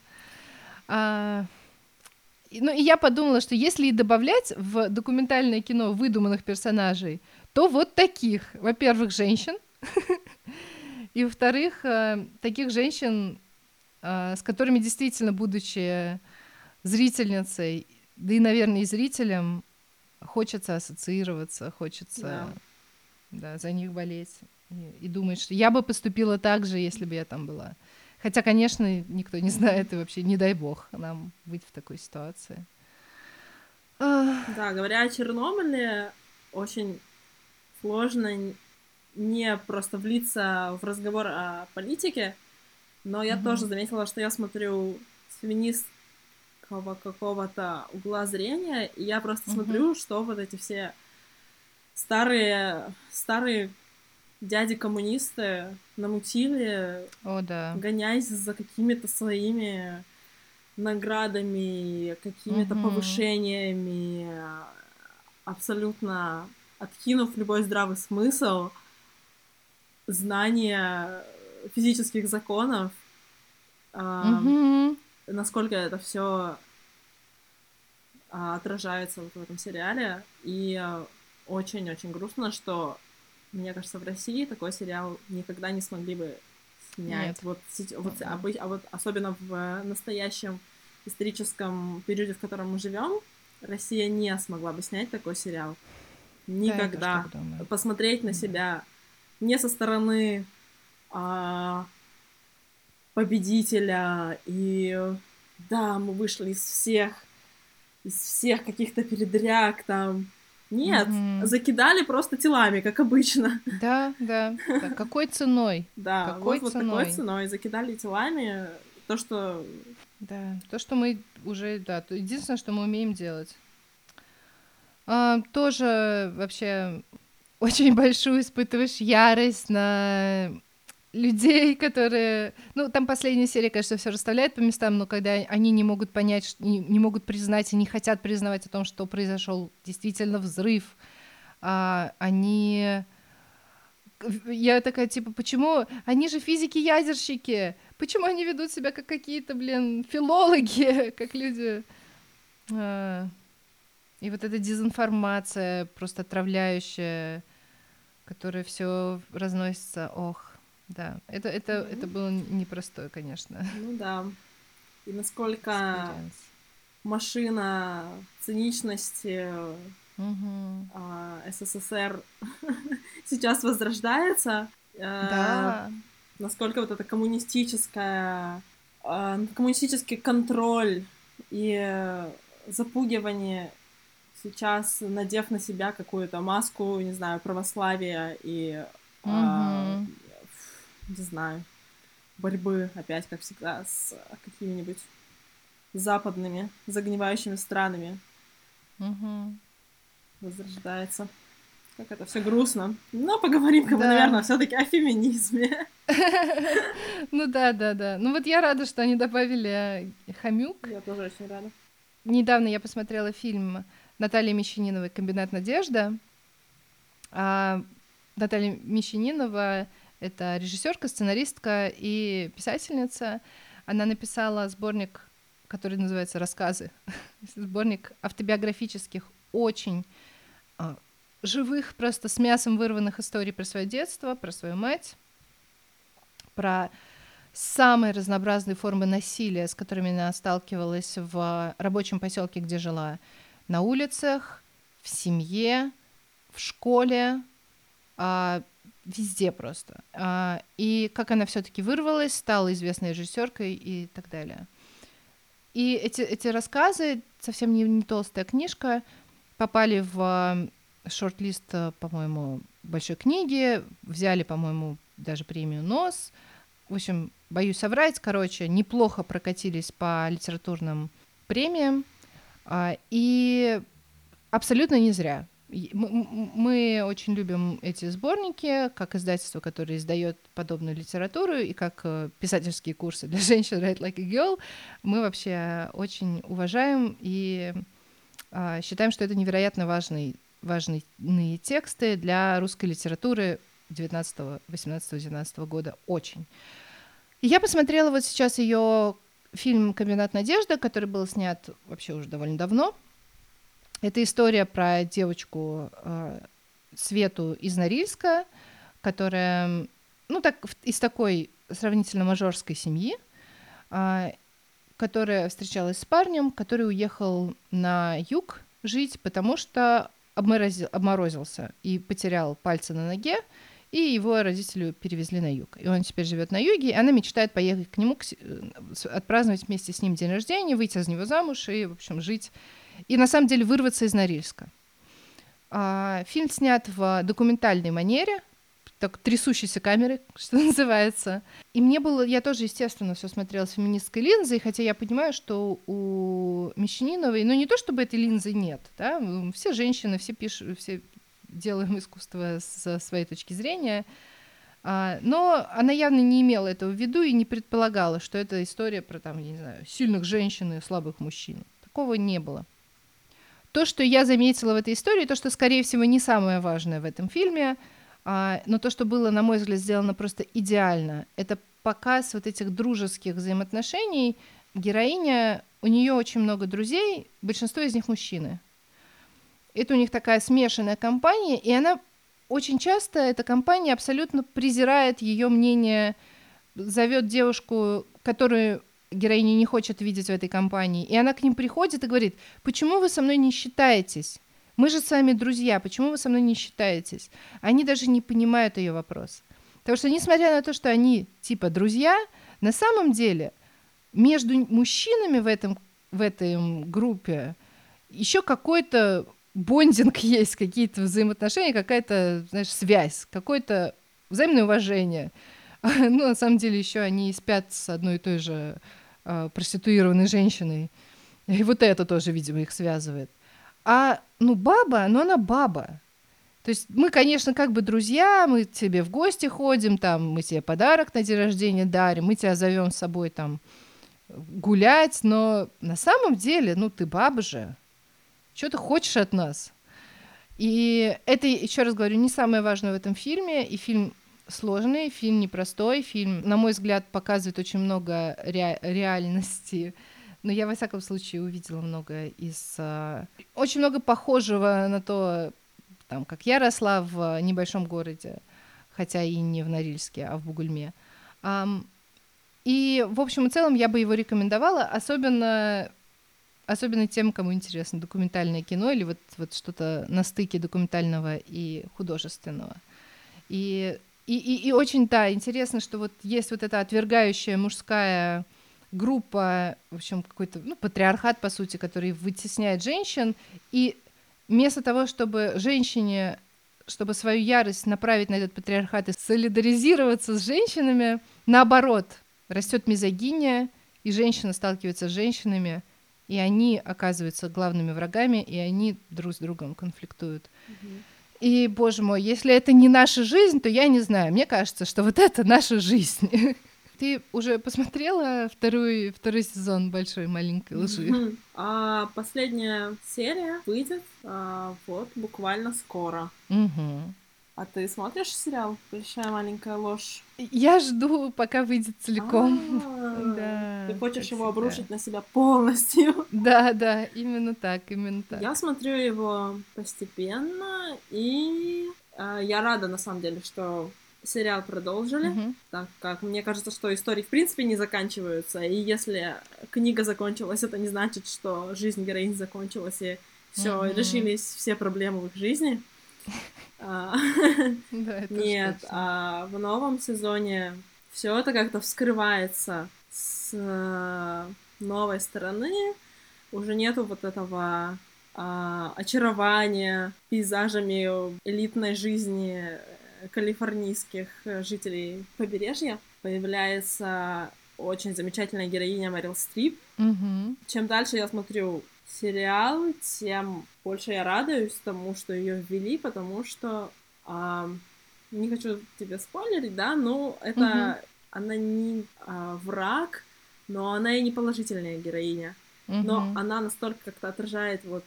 Ну, и я подумала, что если и добавлять в документальное кино выдуманных персонажей, то вот таких. Во-первых, женщин. И, во-вторых, таких женщин, с которыми действительно, будучи зрительницей, да и, наверное, и зрителям, хочется ассоциироваться, хочется за них болеть. И думать, что я бы поступила так же, если бы я там была. Хотя, конечно, никто не знает, и вообще не дай бог нам быть в такой ситуации. Да, говоря о Чернобыле, очень сложно не просто влиться в разговор о политике, но я тоже заметила, что я смотрю с феминистского какого-то угла зрения, и я просто смотрю, что вот эти все старые дяди-коммунисты намутили, гоняясь за какими-то своими наградами, какими-то повышениями, абсолютно откинув любой здравый смысл, знания физических законов, насколько это все отражается вот в этом сериале. И очень-очень грустно, что, мне кажется, в России такой сериал никогда не смогли бы снять. Вот особенно в настоящем историческом периоде, в котором мы живем, Россия не смогла бы снять такой сериал. Никогда. Посмотреть на себя не со стороны победителя и да, мы вышли из всех каких-то передряг там. Нет, закидали просто телами, как обычно. Да. Какой ценой? Да, какой вот ценой? такой ценой. Закидали телами то, что... Да, то, что мы уже... Да, то единственное, что мы умеем делать. Тоже вообще очень большую испытываешь ярость на людей, которые... Ну, там последняя серия, конечно, все расставляет по местам, но когда они не могут понять, не могут признать и не хотят признавать о том, что произошел действительно взрыв, они... Я такая, типа, почему? Они же физики-ядерщики. Почему они ведут себя как какие-то, филологи, как люди... И вот эта дезинформация просто отравляющая, которая все разносится. Ох, да. Это было непростое, конечно, Ну да. И насколько experience. машина циничности Мгм. СССР сейчас возрождается, Да. насколько вот это коммунистический контроль и запугивание сейчас, надев на себя какую-то маску, не знаю, православия и, Мгм. не знаю, борьбы, опять, как всегда, с какими-нибудь западными загнивающими странами Мгм. возрождается. Как это все грустно. Но поговорим-ка мы, наверное, Да. все-таки о феминизме. Ну да, да, да. Ну вот я рада, что они добавили хомюк. Я тоже очень рада. Недавно я посмотрела фильм Натальи Мещаниновой «Комбинат Надежда». Наталья Мещанинова — это режиссерка, сценаристка и писательница. Она написала сборник, который называется «Рассказы». Сборник автобиографических, очень живых, просто с мясом вырванных историй про свое детство, про свою мать, про самые разнообразные формы насилия, с которыми она сталкивалась в рабочем поселке, где жила, на улицах, в семье, в школе, везде просто. И как она все-таки вырвалась, стала известной режиссеркой и так далее. И эти рассказы, совсем не толстая книжка, попали в шорт-лист, по-моему, большой книги, взяли, по-моему, даже премию «Нос». В общем, боюсь соврать, неплохо прокатились по литературным премиям, и абсолютно не зря. Мы очень любим эти сборники, как издательство, которое издает подобную литературу, и как писательские курсы для женщин Write Like a Girl. Мы вообще очень уважаем и считаем, что это невероятно важные тексты для русской литературы 19, 18, 19 года. Очень. И я посмотрела вот сейчас ее фильм «Комбинат Надежда», который был снят вообще уже довольно давно. Это история про девочку Свету из Норильска, которая, из такой сравнительно мажорской семьи, которая встречалась с парнем, который уехал на юг жить, потому что обморозился и потерял пальцы на ноге, и его родители перевезли на юг. И он теперь живет на юге, и она мечтает поехать к нему, отпраздновать вместе с ним день рождения, выйти за него замуж и, в общем, жить. И на самом деле вырваться из Норильска. Фильм снят в документальной манере, так трясущейся камерой, что называется. И я тоже, естественно, все смотрела с феминистской линзой, хотя я понимаю, что у Мещаниновой, не то чтобы этой линзы нет, да, все женщины, все пишут, все делаем искусство со своей точки зрения, но она явно не имела этого в виду и не предполагала, что это история про, я не знаю, сильных женщин и слабых мужчин. Такого не было. То, что я заметила в этой истории, то, что, скорее всего, не самое важное в этом фильме, но то, что было, на мой взгляд, сделано просто идеально, это показ вот этих дружеских взаимоотношений. Героиня, у нее очень много друзей, большинство из них мужчины. Это у них такая смешанная компания, и она очень часто, эта компания абсолютно презирает ее мнение, зовет девушку, которую героиня не хочет видеть в этой компании, и она к ним приходит и говорит: почему вы со мной не считаетесь? Мы же с вами друзья, почему вы со мной не считаетесь? Они даже не понимают ее вопрос. Потому что, несмотря на то, что они типа друзья, на самом деле между мужчинами в этой группе еще какой-то бондинг есть, какие-то взаимоотношения, какая-то, знаешь, связь, какое-то взаимное уважение. На самом деле еще они спят с одной и той же проституированной женщиной. И вот это тоже, видимо, их связывает. Ну, баба, но она баба. То есть мы, конечно, как бы друзья, мы к тебе в гости ходим, там, мы тебе подарок на день рождения дарим, мы тебя зовем с собой там гулять, но на самом деле, ну, ты баба же. Что ты хочешь от нас? И это, еще раз говорю, не самое важное в этом фильме. И фильм сложный, фильм непростой, фильм, на мой взгляд, показывает очень много реальности. Но я, во всяком случае, увидела много очень много похожего на то, там, как я росла в небольшом городе, хотя и не в Норильске, а в Бугульме. И, в общем и целом, я бы его рекомендовала, особенно тем, кому интересно документальное кино или вот что-то на стыке документального и художественного. И очень, да, интересно, что вот есть вот эта отвергающая мужская группа, в общем, какой-то, ну, патриархат, по сути, который вытесняет женщин, и вместо того, чтобы свою ярость направить на этот патриархат и солидаризироваться с женщинами, наоборот, растет мизогиния, и женщина сталкивается с женщинами, и они оказываются главными врагами, и они друг с другом конфликтуют. И, боже мой, если это не наша жизнь, то я не знаю. Мне кажется, что вот это наша жизнь. Ты уже посмотрела второй сезон «Большой маленькой лжи»? Последняя серия выйдет вот буквально скоро. Угу. А ты смотришь сериал «Большая маленькая ложь»? Я жду, пока выйдет целиком. Ты Да, хочешь как его всегда. обрушить на себя полностью? Да, именно так. Я смотрю его постепенно, и я рада, на самом деле, что сериал продолжили, так как мне кажется, что истории в принципе не заканчиваются, и если книга закончилась, это не значит, что жизнь героинь закончилась, и все, решились все проблемы в их жизни. Да, это уж Нет, точно. в новом сезоне все это как-то вскрывается с новой стороны. Уже нету вот этого очарования пейзажами элитной жизни калифорнийских жителей побережья. Появляется очень замечательная героиня Мэрил Стрип. Чем дальше я смотрю сериал, тем больше я радуюсь тому, что ее ввели, потому что не хочу тебе спойлерить, да, но это она не враг, но она и не положительная героиня. Но она настолько как-то отражает вот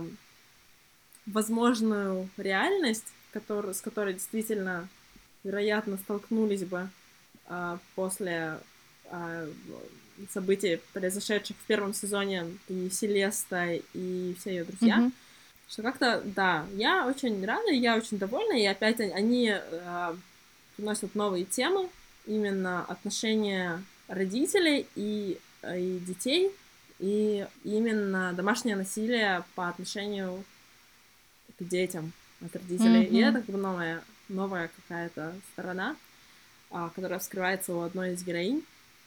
возможную реальность, с которой действительно, вероятно, столкнулись бы после событий, произошедших в первом сезоне, и Селеста, и все ее друзья. Что как-то, да, я очень рада, я очень довольна, и опять они приносят новые темы, именно отношения родителей и детей, и именно домашнее насилие по отношению к детям от родителей. И это как бы новая какая-то сторона, которая вскрывается у одной из героинь.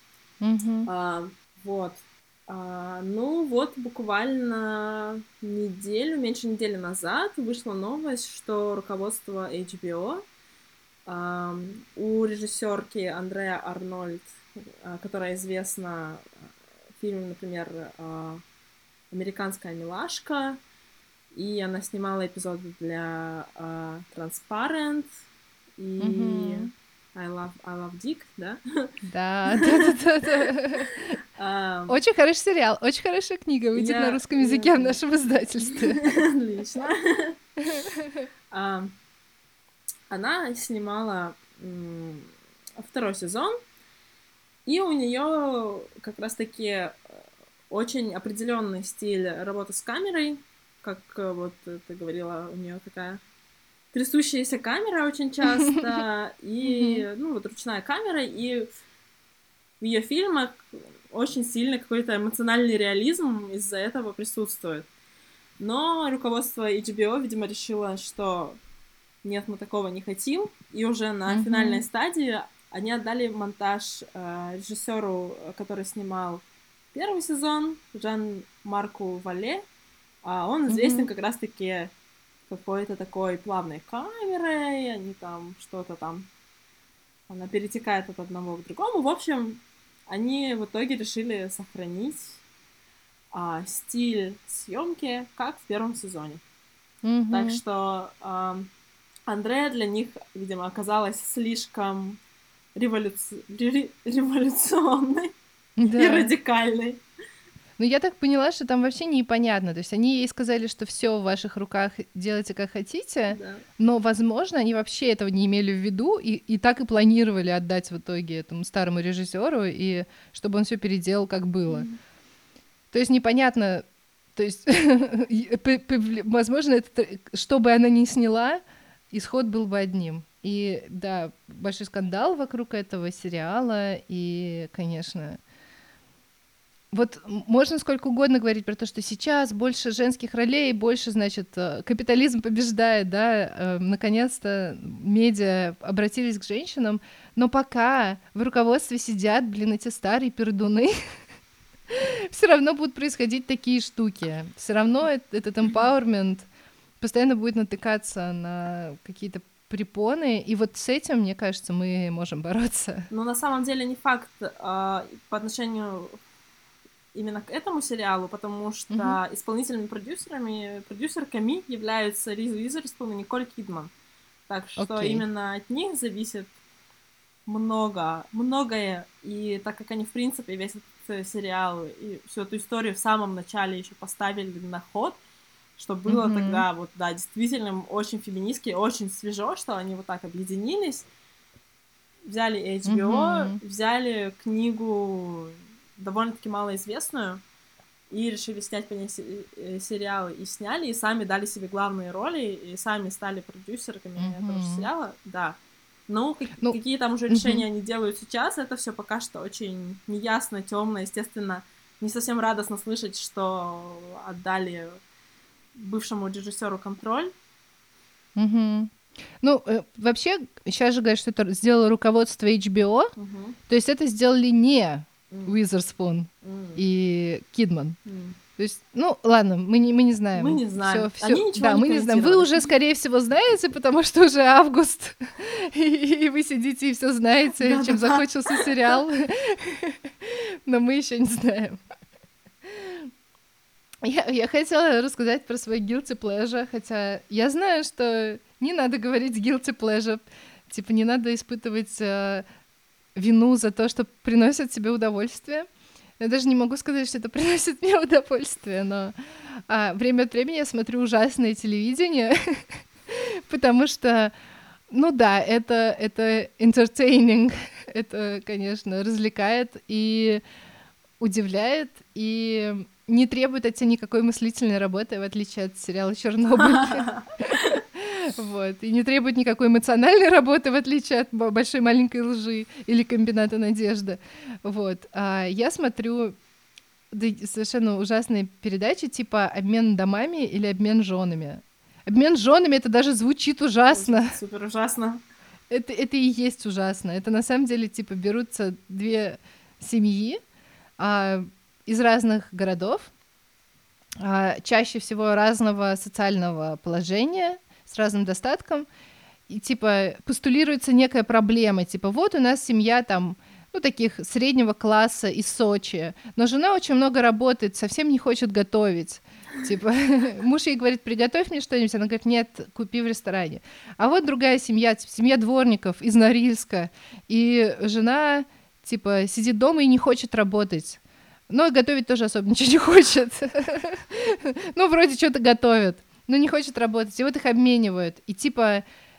Вот. Ну вот, буквально меньше недели назад вышла новость, что руководство HBO у режиссерки Андреа Арнольд, которая известна фильмом, например, «Американская милашка», и она снимала эпизоды для Transparent и I Love Dick, да? Да. Очень хороший сериал, очень хорошая книга, выйдет на русском языке в нашем издательстве. Отлично. Она снимала второй сезон, и у нее как раз-таки очень определенный стиль работы с камерой, как вот ты говорила, у нее такая трясущаяся камера очень часто, и, ну, вот ручная камера, и в ее фильмах очень сильно какой-то эмоциональный реализм из-за этого присутствует. Но руководство HBO, видимо, решило, что нет, мы такого не хотим, и уже на финальной стадии они отдали монтаж режиссеру, который снимал первый сезон, Жан-Марку Вале, а он известен как раз-таки какой-то такой плавной камерой, они там что-то там, она перетекает от одного к другому. В общем, они в итоге решили сохранить стиль съемки, как в первом сезоне. Мгм. Так что Андрея для них, видимо, оказалась слишком революционной и Да. радикальной. Ну, я так поняла, что там вообще непонятно. То есть они ей сказали, что все в ваших руках, делайте как хотите, Да. но, возможно, они вообще этого не имели в виду и так и планировали отдать в итоге этому старому режиссеру, и чтобы он все переделал, как было. То есть непонятно, то есть, возможно, что бы она ни сняла, исход был бы одним. И да, большой скандал вокруг этого сериала, и, конечно, вот можно сколько угодно говорить про то, что сейчас больше женских ролей, больше, значит, капитализм побеждает, да, наконец-то медиа обратились к женщинам, но пока в руководстве сидят, эти старые пердуны, все равно будут происходить такие штуки. Все равно этот empowerment постоянно будет натыкаться на какие-то препоны, и вот с этим, мне кажется, мы можем бороться. Но на самом деле не факт по отношению именно к этому сериалу, потому что исполнительными продюсерками являются Риз Уизерспун и Николь Кидман. Так что именно от них зависит многое, и так как они, в принципе, весь этот сериал и всю эту историю в самом начале еще поставили на ход, что было тогда, вот, да, действительно очень феминистски, очень свежо, что они вот так объединились, взяли HBO, взяли книгу довольно-таки малоизвестную и решили снять по ней сериалы, и сняли, и сами дали себе главные роли, и сами стали продюсерами этого же сериала, да. Ну, какие там уже решения они делают сейчас, это все пока что очень неясно, темно, естественно, не совсем радостно слышать, что отдали бывшему режиссеру контроль. Ну, вообще, сейчас же говорят, что это сделало руководство HBO, то есть это сделали не Уизерспун и Кидман. То есть, ну, ладно, мы не знаем. Мы не знаем. Всё, Они ничего да, не мы не знаем. Вы уже, скорее всего, знаете, потому что уже август, и вы сидите и все знаете, чем закончился сериал. Но мы еще не знаем. Я хотела рассказать про свой guilty pleasure, хотя я знаю, что не надо говорить guilty pleasure, типа не надо испытывать вину за то, что приносит тебе удовольствие. Я даже не могу сказать, что это приносит мне удовольствие, но время от времени я смотрю ужасное телевидение, потому что, ну да, это entertaining, это, конечно, развлекает и удивляет, и не требует от тебя никакой мыслительной работы, в отличие от сериала «Чернобыль». Вот. И не требует никакой эмоциональной работы, в отличие от «Большой маленькой лжи» или «Комбината надежды». Вот. Я смотрю совершенно ужасные передачи, типа «Обмен домами» или «Обмен женами». «Обмен женами» — это даже звучит ужасно. Супер ужасно. Это и есть ужасно. Это на самом деле, типа, берутся две семьи из разных городов, чаще всего разного социального положения, с разным достатком, и, типа, постулируется некая проблема, типа, вот у нас семья там, ну, таких среднего класса из Сочи, но жена очень много работает, совсем не хочет готовить. Типа, муж ей говорит, приготовь мне что-нибудь, она говорит, нет, купи в ресторане. А вот другая семья, типа, семья дворников из Норильска, и жена, типа, сидит дома и не хочет работать. Но готовить тоже особо ничего не хочет. Ну, вроде что-то готовят, но не хочет работать. И вот их обменивают. И типа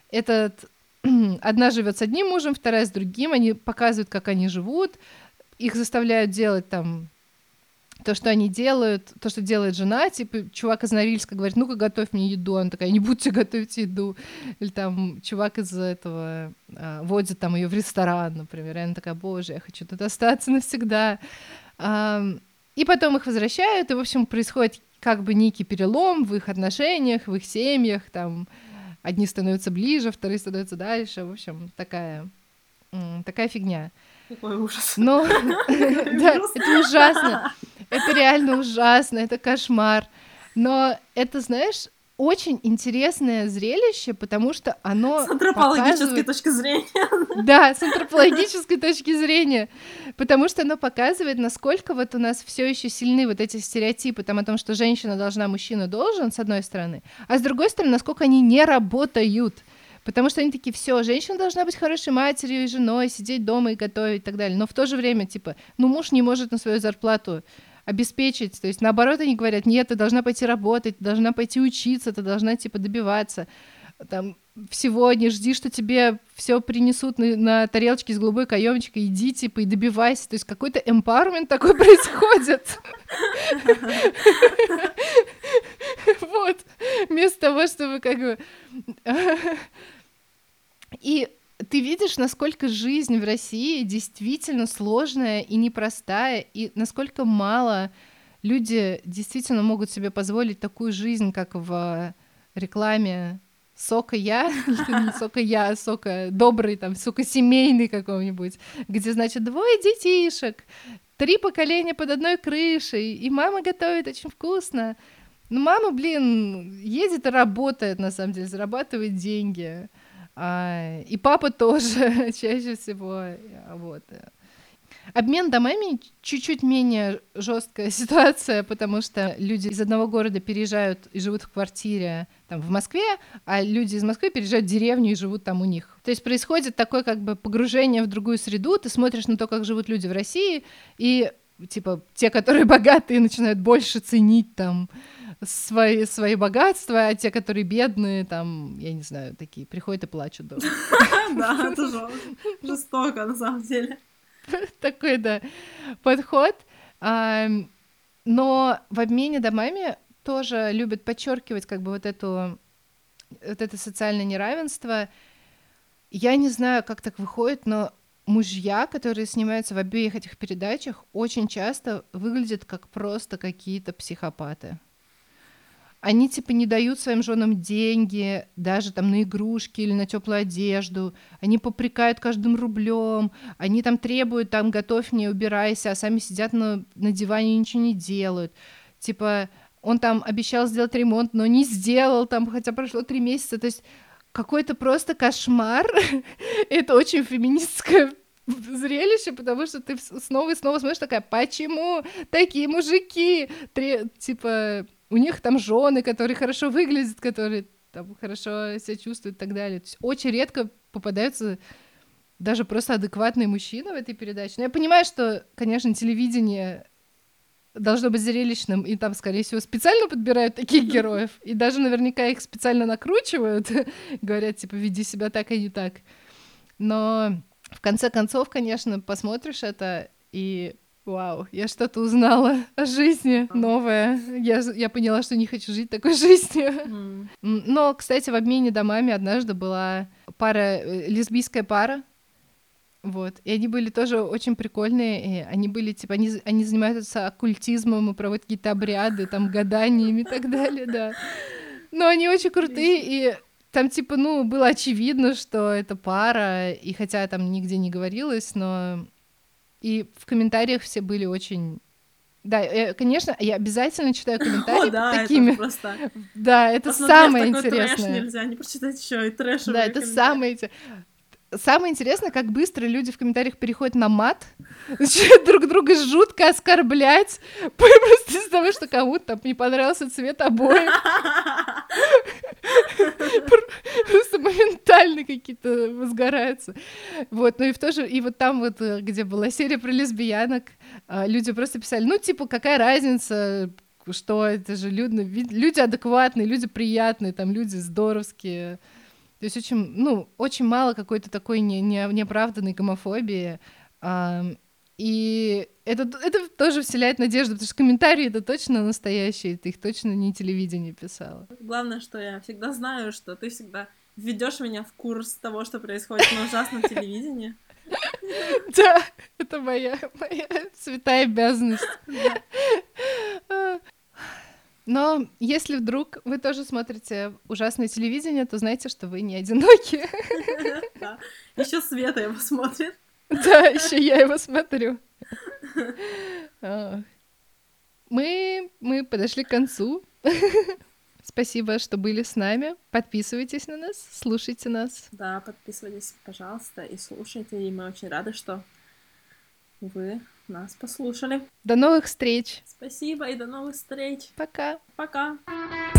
одна живет с одним мужем, вторая с другим. Они показывают, как они живут. Их заставляют делать там то, что они делают, то, что делает жена. Типа чувак из Норильска говорит, ну-ка, готовь мне еду. Она такая, не будете готовить еду. Или там чувак из этого водит там ее в ресторан, например. И она такая, боже, я хочу тут остаться навсегда. И потом их возвращают, и, в общем, происходит как бы некий перелом в их отношениях, в их семьях, там одни становятся ближе, вторые становятся дальше, в общем, такая фигня. Какой ужас. Но да, это ужасно, это реально ужасно, это кошмар. Но это, знаешь, очень интересное зрелище, потому что оно С антропологической показывает... точки зрения. Да, с антропологической точки зрения, потому что оно показывает, насколько вот у нас все еще сильны вот эти стереотипы там о том, что женщина должна, мужчина должен, с одной стороны, а с другой стороны, насколько они не работают. Потому что они такие, все, женщина должна быть хорошей матерью и женой, сидеть дома и готовить и так далее. Но в то же время, типа, ну, муж не может на свою зарплату обеспечить. То есть, наоборот, они говорят, нет, ты должна пойти работать, ты должна пойти учиться, ты должна, типа, добиваться. Там, всего не жди, что тебе все принесут на тарелочке с голубой каемочкой, иди, типа, и добивайся. То есть, какой-то empowerment такой происходит. Вот. Вместо того, чтобы как бы... И ты видишь, насколько жизнь в России действительно сложная и непростая, и насколько мало люди действительно могут себе позволить такую жизнь, как в рекламе сока я, не сока я, а сока добрый, там, сока семейный какого-нибудь, где, значит, 2 детишек, 3 поколения под одной крышей, и мама готовит очень вкусно. Ну, мама, блин, едет и работает, на самом деле, зарабатывает деньги. И папа тоже чаще всего. Вот. Обмен домами чуть-чуть менее жесткая ситуация, потому что люди из одного города переезжают и живут в квартире там, в Москве, а люди из Москвы переезжают в деревню и живут там у них. То есть происходит такое как бы погружение в другую среду, ты смотришь на то, как живут люди в России, и типа те, которые богатые, начинают больше ценить там свои богатства, а те, которые бедные, там, я не знаю, такие приходят и плачут дома. Да, это жестоко, на самом деле. Такой, да, подход. Но в обмене домами тоже любят подчеркивать как бы вот это социальное неравенство. Я не знаю, как так выходит, но мужья, которые снимаются в обеих этих передачах, очень часто выглядят как просто какие-то психопаты. Они типа не дают своим женам деньги, даже там на игрушки или на теплую одежду. Они попрекают каждым рублем. Они там требуют, там, готовь мне, убирайся, а сами сидят на диване и ничего не делают. Типа он там обещал сделать ремонт, но не сделал, там, хотя прошло 3 месяца. То есть какой-то просто кошмар. Это очень феминистское зрелище, потому что ты снова и снова смотришь такая, почему такие мужики? Типа... У них там жены, которые хорошо выглядят, которые там хорошо себя чувствуют и так далее. То есть очень редко попадаются даже просто адекватные мужчины в этой передаче. Но я понимаю, что, конечно, телевидение должно быть зрелищным, и там, скорее всего, специально подбирают таких героев, и даже наверняка их специально накручивают, говорят, типа, веди себя так, а не так. Но в конце концов, конечно, посмотришь это, и вау, я что-то узнала о жизни новое. Я поняла, что не хочу жить такой жизнью. Но, кстати, в обмене домами однажды была лесбийская пара. Вот. И они были тоже очень прикольные. И они были, типа, они занимаются оккультизмом и проводят какие-то обряды, там, гаданиями и так далее, да. Но они очень крутые, и там, типа, ну, было очевидно, что это пара, и хотя там нигде не говорилось, но... И в комментариях все были очень... Да, конечно, я обязательно читаю комментарии такими... это просто... Да, это самое интересное. Трэш нельзя не прочитать еще и трэшевые Да, это самое интересное, как быстро люди в комментариях переходят на мат, начинают друг друга жутко оскорблять, просто из-за того, что кому-то там не понравился цвет обоев. Просто моментально какие-то возгораются. Вот, ну и вот там вот, где была серия про лесбиянок, люди просто писали, ну, типа, какая разница, что это же люди адекватные, люди приятные, там люди здоровские. То есть очень мало какой-то такой неоправданной гомофобии. И это тоже вселяет надежду, потому что комментарии это точно настоящие, ты их точно не телевидение писала. Главное, что я всегда знаю, что ты всегда введешь меня в курс того, что происходит на ужасном телевидении. Да, это моя святая обязанность. Но если вдруг вы тоже смотрите ужасное телевидение, то знайте, что вы не одиноки. Да. Еще Света его смотрит. Да, еще я его смотрю. Мы подошли к концу. Спасибо, что были с нами. Подписывайтесь на нас, слушайте нас. Да, подписывайтесь, пожалуйста, и слушайте. И мы очень рады, что вы нас послушали. До новых встреч. Спасибо и до новых встреч. Пока. Пока.